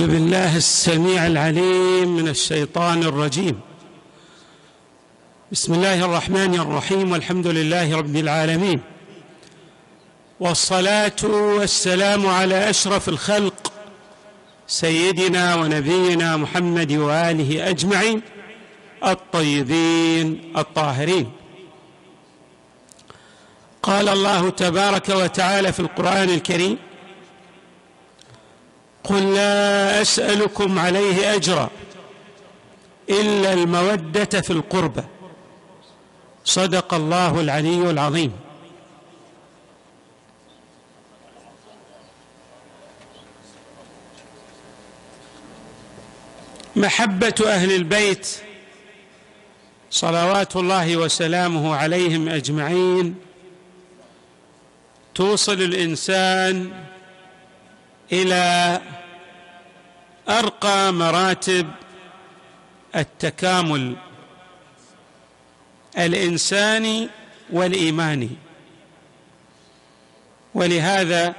أعوذ بالله السميع العليم من الشيطان الرجيم. بسم الله الرحمن الرحيم، والحمد لله رب العالمين، والصلاة والسلام على أشرف الخلق سيدنا ونبينا محمد وآله أجمعين الطيبين الطاهرين. قال الله تبارك وتعالى في القرآن الكريم: قل لا أسألكم عليه أجرا إلا المودة في القربى. صدق الله العلي العظيم. محبة أهل البيت صلوات الله وسلامه عليهم أجمعين توصل الإنسان إلى أرقى مراتب التكامل الإنساني والإيماني. ولهذا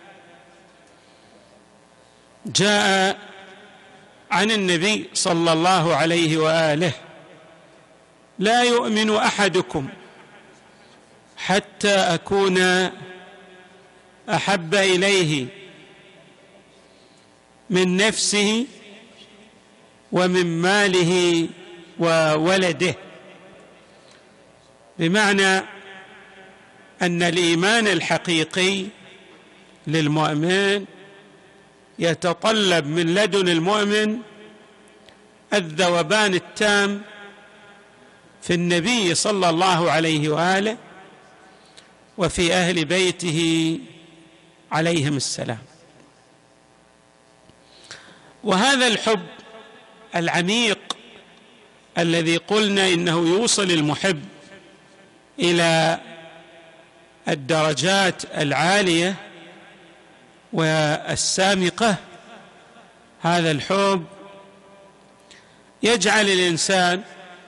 جاء عن النبي صلى الله عليه وآله: لا يؤمن أحدكم حتى أكون أحب إليه من نفسه ومن ماله وولده. بمعنى أن الإيمان الحقيقي للمؤمن يتطلب من لدن المؤمن الذوبان التام في النبي صلى الله عليه وآله وفي أهل بيته عليهم السلام. وهذا الحب العميق الذي قلنا إنه يوصل المحب إلى الدرجات العالية والسامقة، هذا الحب يجعل الإنسان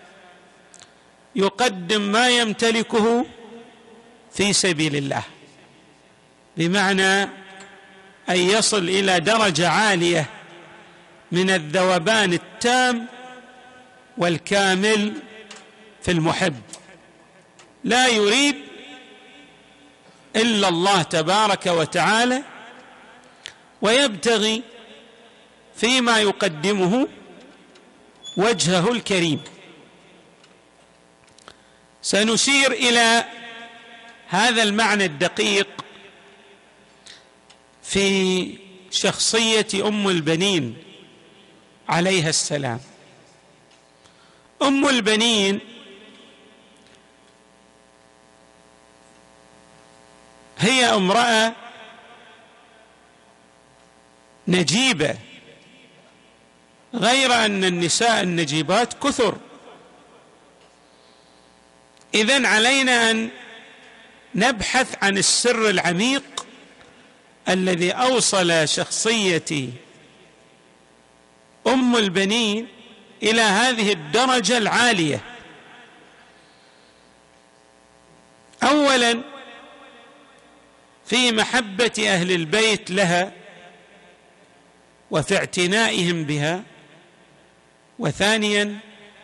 يقدم ما يمتلكه في سبيل الله، بمعنى أن يصل إلى درجة عالية من الذوبان التام والكامل في المحب، لا يريد إلا الله تبارك وتعالى، ويبتغي فيما يقدمه وجهه الكريم. سنشير إلى هذا المعنى الدقيق في شخصية أم البنين عليها السلام. أم البنين هي امرأة نجيبة، غير أن النساء النجيبات كثر. إذن علينا أن نبحث عن السر العميق الذي أوصل شخصية أم البنين إلى هذه الدرجة العالية. أولاً في محبة أهل البيت لها وفي اعتنائهم بها، وثانياً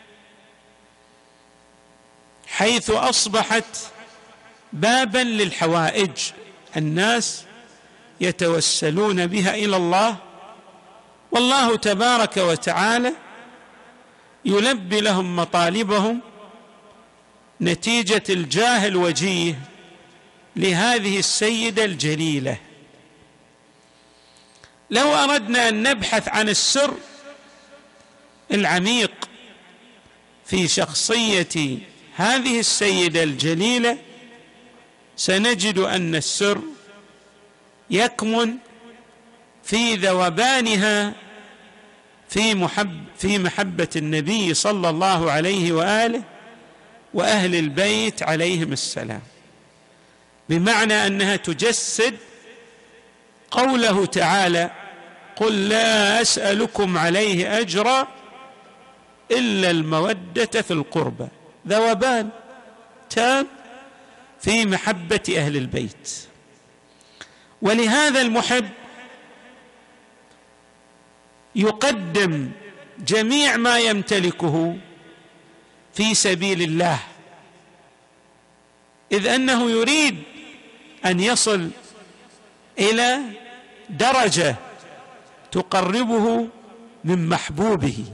حيث أصبحت باباً للحوائج، الناس يتوسلون بها إلى الله، والله تبارك وتعالى يلبي لهم مطالبهم نتيجة الجاه الوجيه لهذه السيدة الجليلة. لو أردنا أن نبحث عن السر العميق في شخصية هذه السيدة الجليلة، سنجد أن السر يكمن في ذوبانها في محبة النبي صلى الله عليه وآله وأهل البيت عليهم السلام، بمعنى أنها تجسد قوله تعالى: قل لا أسألكم عليه أجرا إلا المودة في القربى. ذوبان تام في محبة أهل البيت. ولهذا المحب يقدم جميع ما يمتلكه في سبيل الله، إذ أنه يريد أن يصل إلى درجة تقربه من محبوبه.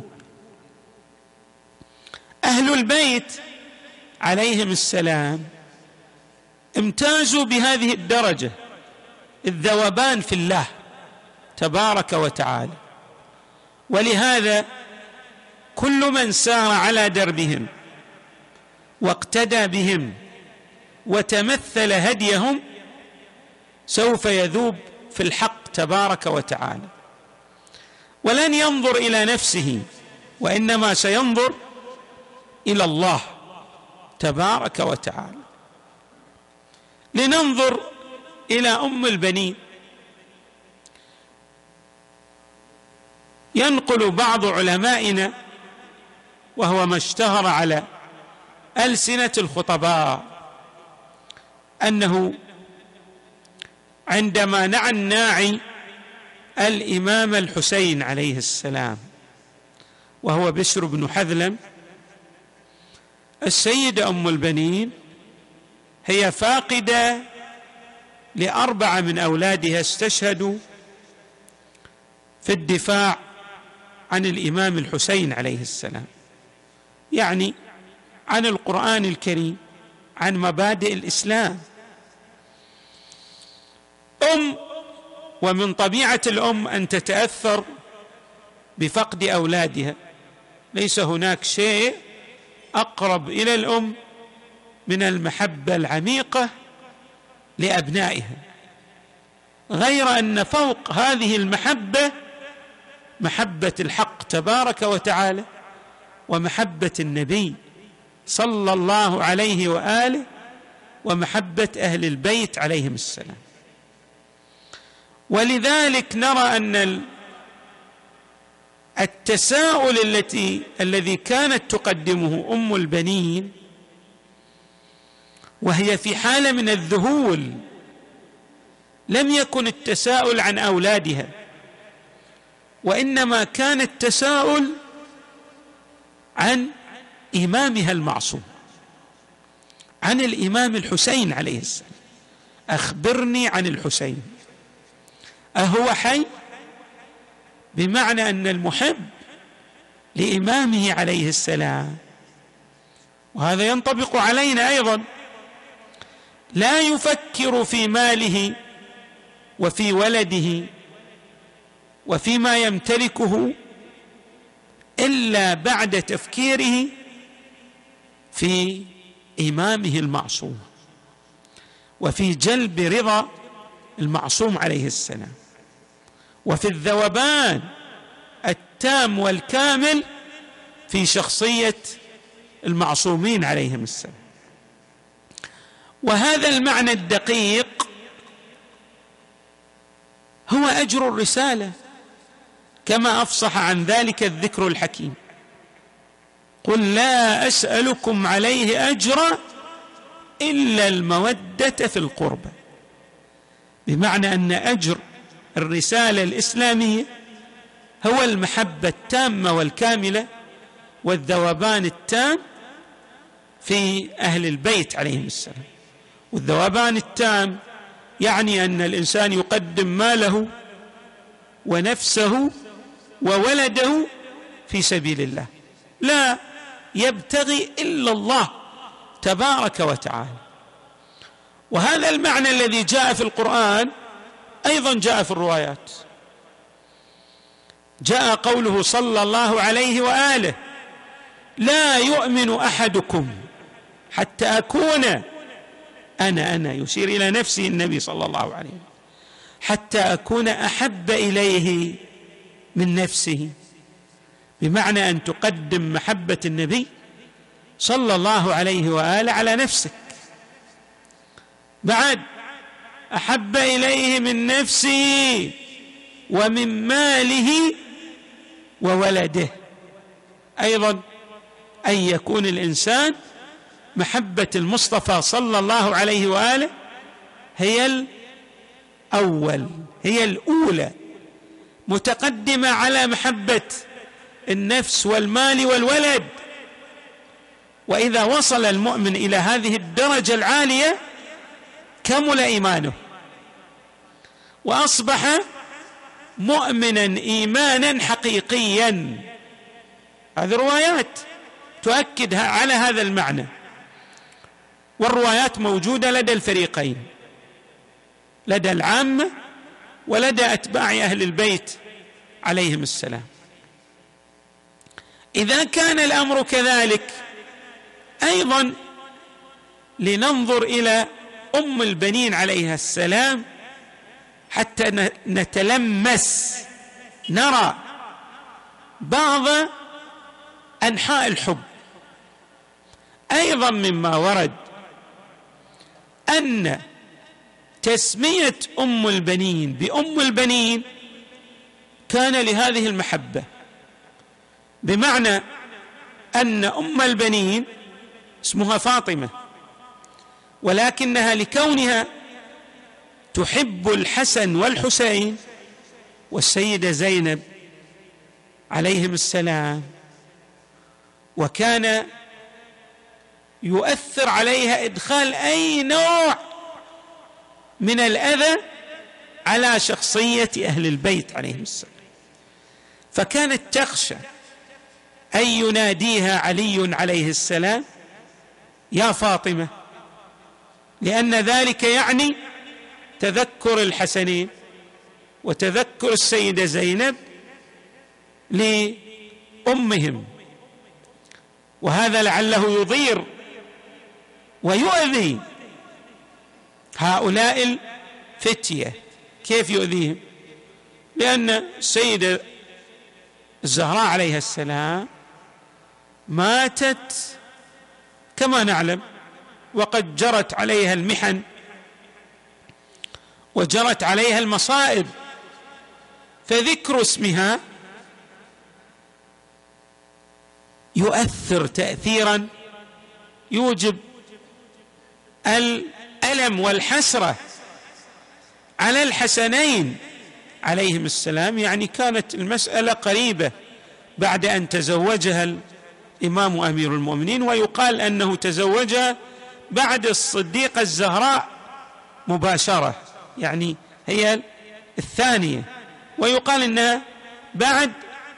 أهل البيت عليهم السلام امتازوا بهذه الدرجة، الذوبان في الله تبارك وتعالى، ولهذا كل من سار على دربهم واقتدى بهم وتمثل هديهم سوف يذوب في الحق تبارك وتعالى، ولن ينظر إلى نفسه وإنما سينظر إلى الله تبارك وتعالى. لننظر إلى أم البنين. ينقل بعض علمائنا، وهو ما اشتهر على ألسنة الخطباء، أنه عندما نعى الناعي الإمام الحسين عليه السلام وهو بشر بن حذلم، السيدة أم البنين هي فاقدة ل4 من أولادها استشهدوا في الدفاع عن الإمام الحسين عليه السلام، يعني عن القرآن الكريم، عن مبادئ الإسلام. ومن طبيعة الأم أن تتأثر بفقد أولادها، ليس هناك شيء أقرب إلى الأم من المحبة العميقة لأبنائها، غير أن فوق هذه المحبة محبة الحق تبارك وتعالى ومحبة النبي صلى الله عليه وآله ومحبة أهل البيت عليهم السلام. ولذلك نرى أن التساؤل الذي كانت تقدمه أم البنين وهي في حالة من الذهول، لم يكن التساؤل عن أولادها، وإنما كان التساؤل عن إمامها المعصوم، عن الإمام الحسين عليه السلام. أخبرني عن الحسين، أهو حي؟ بمعنى أن المحب لإمامه عليه السلام، وهذا ينطبق علينا أيضا، لا يفكر في ماله وفي ولده وفيما يمتلكه إلا بعد تفكيره في إمامه المعصوم وفي جلب رضا المعصوم عليه السلام، وفي الذوبان التام والكامل في شخصية المعصومين عليهم السلام. وهذا المعنى الدقيق هو أجر الرسالة، كما أفصح عن ذلك الذكر الحكيم: قل لا أسألكم عليه أجرا إلا المودة في القربى، بمعنى أن أجر الرسالة الإسلامية هو المحبة التامة والكاملة والذوبان التام في أهل البيت عليهم السلام. والذوبان التام يعني أن الإنسان يقدم ماله ونفسه وولده في سبيل الله، لا يبتغي إلا الله تبارك وتعالى. وهذا المعنى الذي جاء في القرآن أيضا جاء في الروايات. جاء قوله صلى الله عليه وآله: لا يؤمن أحدكم حتى أكون أنا يشير إلى نفسه النبي صلى الله عليه وسلم، حتى أكون أحب إليه من نفسه، بمعنى أن تقدم محبة النبي صلى الله عليه وآله على نفسك. بعد أحب إليه من نفسه ومن ماله وولده، أيضا أن يكون الإنسان محبة المصطفى صلى الله عليه وآله هي الأول، هي الأولى، متقدمة على محبة النفس والمال والولد. وإذا وصل المؤمن إلى هذه الدرجة العالية كمل إيمانه وأصبح مؤمنا إيمانا حقيقيا. هذه روايات تؤكد على هذا المعنى، والروايات موجودة لدى الفريقين، لدى العامة ولدى أتباع أهل البيت عليهم السلام. إذا كان الأمر كذلك أيضا لننظر إلى أم البنين عليها السلام حتى نتلمس، نرى بعض أنحاء الحب. أيضا مما ورد أن تسمية أم البنين بأم البنين كان لهذه المحبة، بمعنى أن أم البنين اسمها فاطمة، ولكنها لكونها تحب الحسن والحسين والسيدة زينب عليهم السلام، وكان يؤثر عليها إدخال أي نوع من الأذى على شخصية أهل البيت عليهم السلام، فكانت تخشى أن يناديها علي عليه السلام يا فاطمة، لأن ذلك يعني تذكر الحسنين وتذكر السيدة زينب لأمهم، وهذا لعله يضير ويؤذي هؤلاء الفتية. كيف يؤذيهم؟ لأن السيدة الزهراء عليها السلام ماتت كما نعلم، وقد جرت عليها المحن وجرت عليها المصائب، فذكر اسمها يؤثر تأثيرا يوجب الألم والحسرة على الحسنين عليهم السلام. يعني كانت المسألة قريبة بعد أن تزوجها الإمام أمير المؤمنين، ويقال أنه تزوجها بعد الصديقة الزهراء مباشرة، يعني هي الثانية، ويقال أنها بعد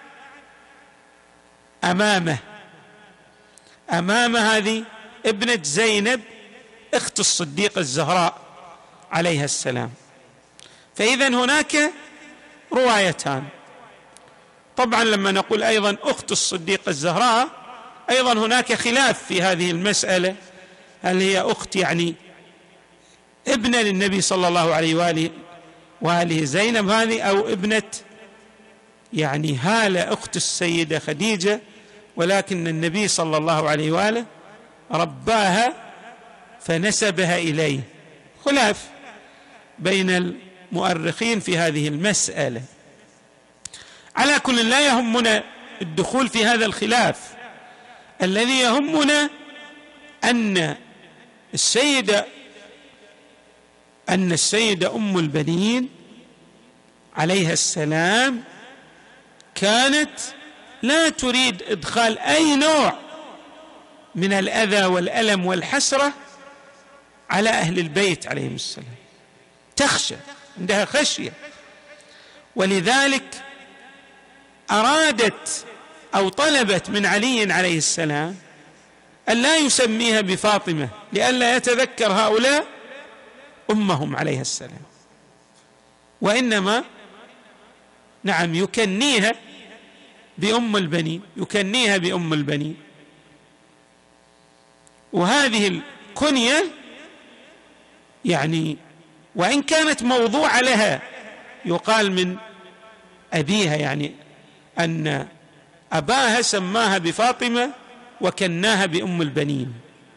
أمامة هذه ابنة زينب اخت الصديقة الزهراء عليها السلام. فإذا هناك روايتان. طبعا لما نقول أيضا أخت الصديقة الزهراء أيضا هناك خلاف في هذه المسألة، هل هي أخت يعني ابنة للنبي صلى الله عليه وآله زينب هذه، أو ابنة يعني هالة أخت السيدة خديجة، ولكن النبي صلى الله عليه وآله رباها فنسبها إليه. خلاف بين المؤرخين في هذه المسألة. على كل لا يهمنا الدخول في هذا الخلاف، الذي يهمنا أن السيدة أم البنين عليها السلام كانت لا تريد إدخال أي نوع من الأذى والألم والحسرة على أهل البيت عليهم السلام، تخشى، عندها خشية، ولذلك أرادت أو طلبت من علي عليه السلام أن لا يسميها بفاطمة لئلا يتذكر هؤلاء أمهم عليها السلام، وإنما نعم يكنيها بأم البنين. وهذه الكنية يعني وإن كانت موضوعة لها، يقال من أبيها يعني أن أباها سماها بفاطمة وكناها بأم البنين،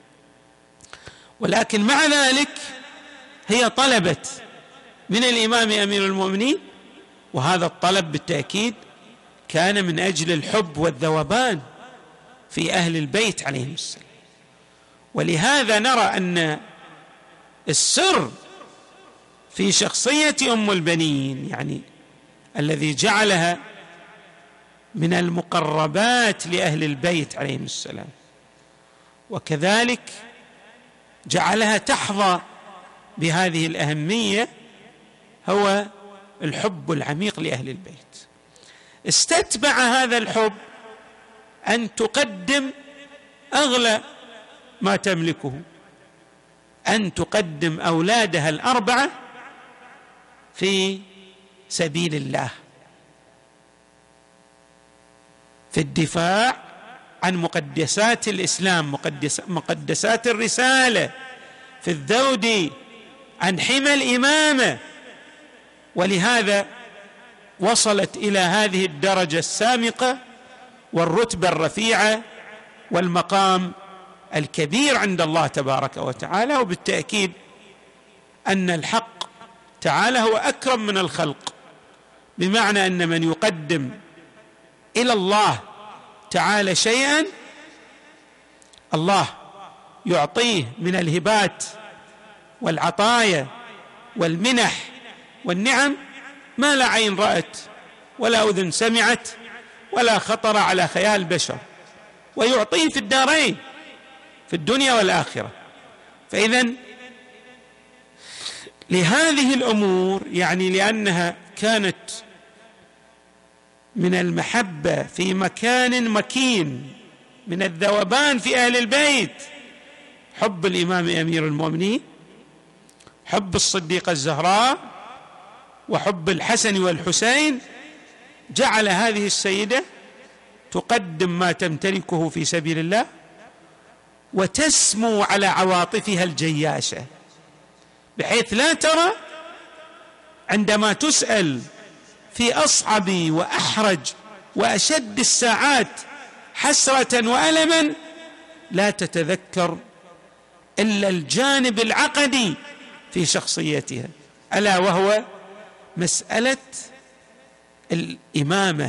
ولكن مع ذلك هي طلبت من الإمام أمير المؤمنين، وهذا الطلب بالتأكيد كان من أجل الحب والذوبان في أهل البيت عليهم السلام. ولهذا نرى أن السر في شخصية أم البنين يعني الذي جعلها من المقربات لأهل البيت عليهم السلام، وكذلك جعلها تحظى بهذه الأهمية هو الحب العميق لأهل البيت. استتبع هذا الحب أن تقدم أغلى ما تملكه، أن تقدم أولادها الأربعة في سبيل الله، في الدفاع عن مقدسات الإسلام، مقدسات الرسالة، في الذود عن حمى الإمامة. ولهذا وصلت إلى هذه الدرجة السامقة والرتبة الرفيعة والمقام الكبير عند الله تبارك وتعالى. وبالتأكيد أن الحق تعالى هو أكرم من الخلق، بمعنى أن من يقدم إلى الله تعالى شيئا الله يعطيه من الهبات والعطايا والمنح والنعم ما لا عين رأت ولا أذن سمعت ولا خطر على خيال بشر، ويعطيه في الدارين، في الدنيا والآخرة. فإذن لهذه الأمور، يعني لأنها كانت من المحبة في مكان مكين، من الذوبان في أهل البيت، حب الإمام أمير المؤمنين، حب الصديقة الزهراء، وحب الحسن والحسين، جعل هذه السيدة تقدم ما تمتلكه في سبيل الله، وتسمو على عواطفها الجياشة، بحيث لا ترى عندما تسأل في أصعب وأحرج وأشد الساعات حسرة وألما لا تتذكر إلا الجانب العقدي في شخصيتها، ألا وهو مسألة الإمامة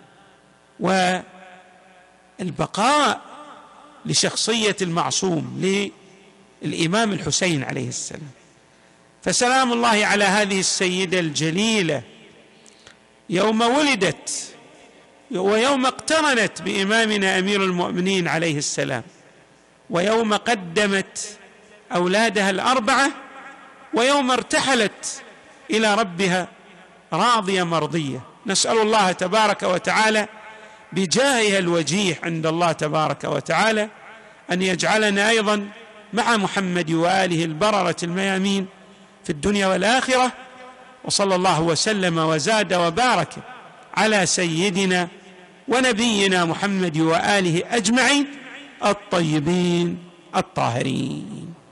والبقاء لشخصية المعصوم للإمام الحسين عليه السلام. فسلام الله على هذه السيدة الجليلة يوم ولدت ويوم اقترنت بإمامنا أمير المؤمنين عليه السلام، ويوم قدمت أولادها الأربعة، ويوم ارتحلت إلى ربها راضية مرضية. نسأل الله تبارك وتعالى بجاهها الوجيه عند الله تبارك وتعالى أن يجعلنا أيضا مع محمد وآله البررة الميامين في الدنيا والآخرة. وصلى الله وسلم وزاد وبارك على سيدنا ونبينا محمد وآله أجمعين الطيبين الطاهرين.